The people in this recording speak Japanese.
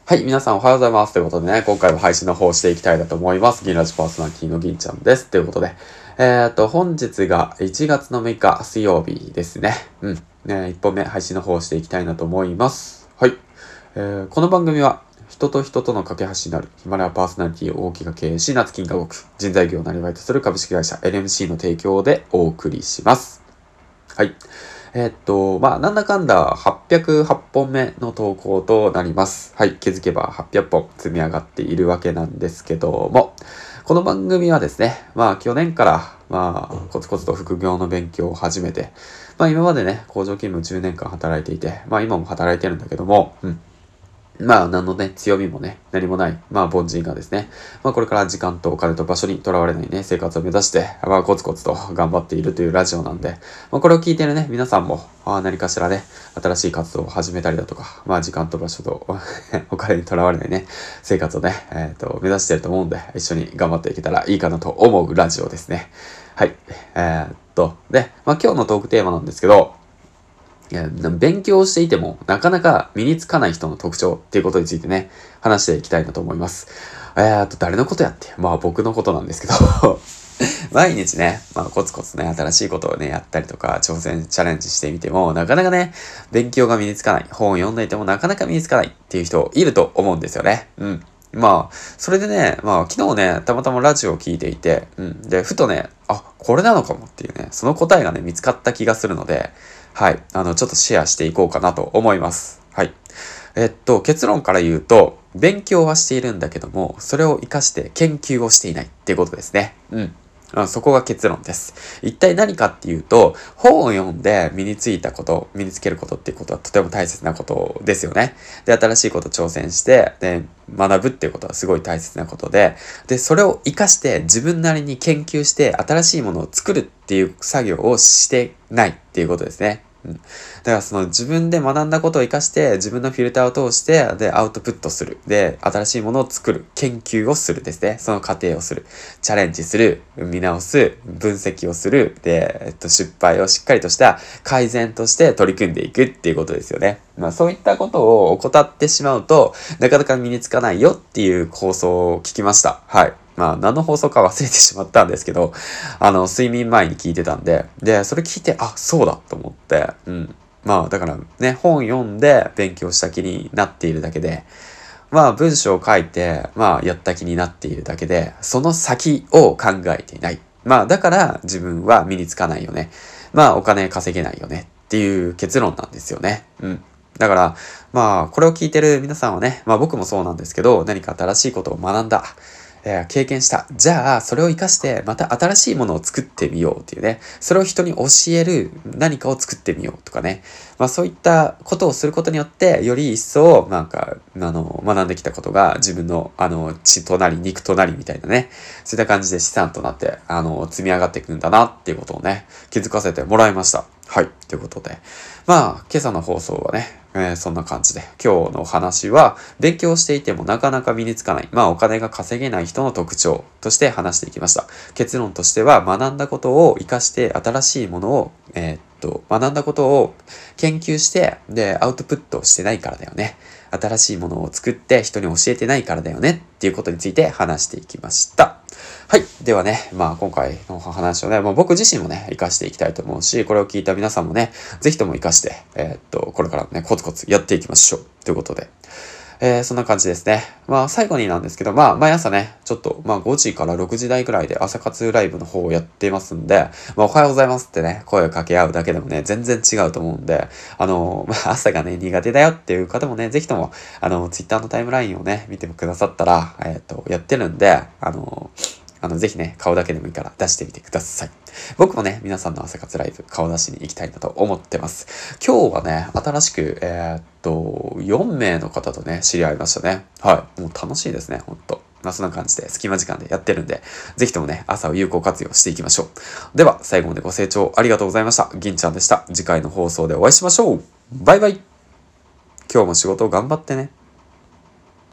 はい、皆さんおはようございます。ということでね、今回は配信の方をしていきたいなと思います。銀ラジパーソナリティの銀ちゃんです。ということで、本日が1月の6日水曜日ですね。1本目配信の方をしていきたいなと思います。はい。この番組は、人と人との架け橋になるヒマラヤパーソナリティを大きく経営し、夏金が動く人材業をなりわいとする株式会社 LMC の提供でお送りします。はい。なんだかんだ808本目の投稿となります。はい。気づけば800本積み上がっているわけなんですけども、この番組はですね、去年から、コツコツと副業の勉強を始めて、今までね、工場勤務10年間働いていて、今も働いてるんだけども、何のね、強みもね、何もない、凡人がですね、これから時間とお金と場所にとらわれないね、生活を目指して、コツコツと頑張っているというラジオなんで、これを聞いているね、皆さんも、何かしらね、新しい活動を始めたりだとか、時間と場所とお金にとらわれないね、生活をね、目指していると思うんで、一緒に頑張っていけたらいいかなと思うラジオですね。はい。で、今日のトークテーマなんですけど、勉強していてもなかなか身につかない人の特徴っていうことについてね、話していきたいなと思います。誰のことやって、僕のことなんですけど毎日ね、コツコツね、新しいことをね、やったりとか、チャレンジしてみても、なかなかね、勉強が身につかない、本を読んでいてもなかなか身につかないっていう人いると思うんですよね。それでね、昨日ね、たまたまラジオを聞いていて、で、ふとね、これなのかもっていうね、その答えがね、見つかった気がするので、はい。ちょっとシェアしていこうかなと思います。はい。結論から言うと、勉強はしているんだけども、それを活かして研究をしていないっていうことですね。そこが結論です。一体何かっていうと、本を読んで身についたこと、身につけることっていうことはとても大切なことですよね。で、新しいこと挑戦して、で、学ぶっていうことはすごい大切なことで、で、それを活かして自分なりに研究して新しいものを作るっていう作業をしてないっていうことですね。だからその自分で学んだことを活かして自分のフィルターを通してでアウトプットする。で、新しいものを作る。研究をするですね。その過程をする。チャレンジする。見直す。分析をする。で、失敗をしっかりとした改善として取り組んでいくっていうことですよね。そういったことを怠ってしまうとなかなか身につかないよっていう構想を聞きました。はい。何の放送か忘れてしまったんですけど、睡眠前に聞いてたんで、で、それ聞いて、そうだと思って、だからね、本読んで勉強した気になっているだけで、文章を書いて、やった気になっているだけで、その先を考えていない。だから自分は身につかないよね。お金稼げないよねっていう結論なんですよね。だから、これを聞いてる皆さんはね、僕もそうなんですけど、何か新しいことを学んだ。経験した。じゃあ、それを活かして、また新しいものを作ってみようっていうね。それを人に教える何かを作ってみようとかね。そういったことをすることによって、より一層、学んできたことが自分の、血となり、肉となりみたいなね。そういった感じで資産となって、積み上がっていくんだなっていうことをね、気づかせてもらいました。はい。ということで。今朝の放送はね、そんな感じで。今日のお話は、勉強していてもなかなか身につかない。お金が稼げない人の特徴として話していきました。結論としては、学んだことを活かして新しいものを、学んだことを研究して、で、アウトプットしてないからだよね。新しいものを作って人に教えてないからだよねっていうことについて話していきました。はい。ではね、今回の話をね、僕自身もね、活かしていきたいと思うし、これを聞いた皆さんもね、ぜひとも活かして、これからね、コツコツやっていきましょう。ということで。そんな感じですね。最後になんですけど、毎朝ね、ちょっと、5時から6時台ぐらいで朝活ライブの方をやっていますんで、おはようございますってね、声を掛け合うだけでもね、全然違うと思うんで、朝がね、苦手だよっていう方もね、ぜひとも、ツイッターのタイムラインをね、見てくださったら、やってるんで、ぜひね、顔だけでもいいから出してみてください。僕もね、皆さんの朝活ライブ顔出しに行きたいなと思ってます。今日はね、新しく、4名の方とね、知り合いましたね。はい。もう楽しいですね、ほんと。そんな感じで、隙間時間でやってるんで、ぜひともね、朝を有効活用していきましょう。では、最後までご清聴ありがとうございました。銀ちゃんでした。次回の放送でお会いしましょう。バイバイ。今日も仕事を頑張ってね。